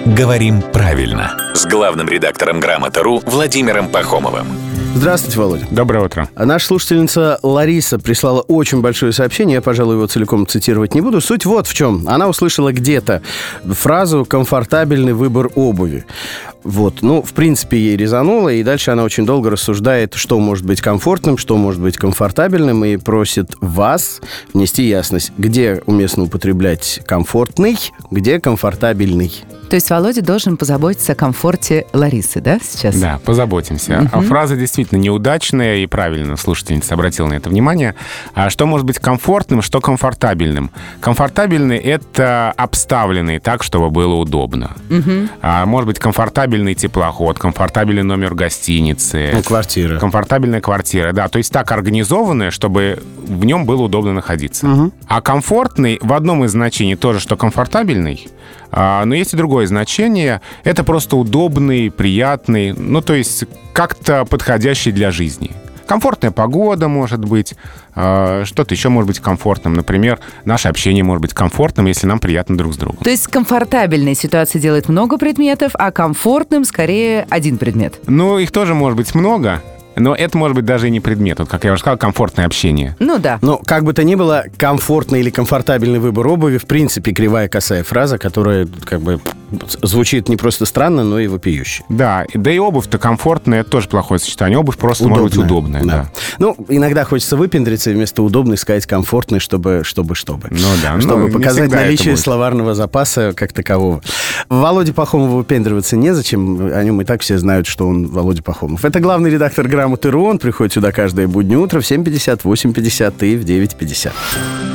«Говорим правильно» с главным редактором «Грамоты.ру» Владимиром Пахомовым. Здравствуйте, Володя. Доброе утро. Наша слушательница Лариса прислала очень большое сообщение. Я, пожалуй, его целиком цитировать не буду. Суть вот в чем. Она услышала где-то фразу «комфортабельный выбор обуви». Вот, в принципе, ей резануло, и дальше она очень долго рассуждает, что может быть комфортным, что может быть комфортабельным, и просит вас внести ясность, где уместно употреблять комфортный, где комфортабельный. То есть Володя должен позаботиться о комфорте Ларисы, да, сейчас? Да, позаботимся. А фраза действительно неудачная, и правильно слушательница обратила на это внимание. А что может быть комфортным, что комфортабельным? Комфортабельный — это обставленный так, чтобы было удобно. А может быть комфортабельный теплоход, комфортабельный номер гостиницы. Квартира. Комфортабельная квартира, да. То есть так организованная, чтобы в нем было удобно находиться. А комфортный в одном из значений тоже, что комфортабельный, но есть и другое значение. Это просто удобный, приятный, то есть как-то подходящий для жизни. Комфортная погода может быть, что-то еще может быть комфортным. Например, наше общение может быть комфортным, если нам приятно друг с другом. То есть комфортабельная ситуация делает много предметов, а комфортным скорее один предмет. Их тоже может быть много. Но это может быть даже и не предмет. Вот, как я уже сказал, комфортное общение. Да. Но, как бы то ни было, комфортный или комфортабельный выбор обуви, в принципе, кривая косая фраза, которая звучит не просто странно, но и вопиюще. Да и обувь-то комфортная, это тоже плохое сочетание. Обувь просто может быть удобная. Да. Иногда хочется выпендриться и вместо удобной сказать комфортный, чтобы. Чтобы не показать наличие словарного запаса как такового. Володе Пахомову выпендриваться незачем. О нем и так все знают, что он Володя Пахомов. Это главный редактор «Грамоты.ру». Он приходит сюда каждое буднее утро в 7:50, 8:50 и в 9:50.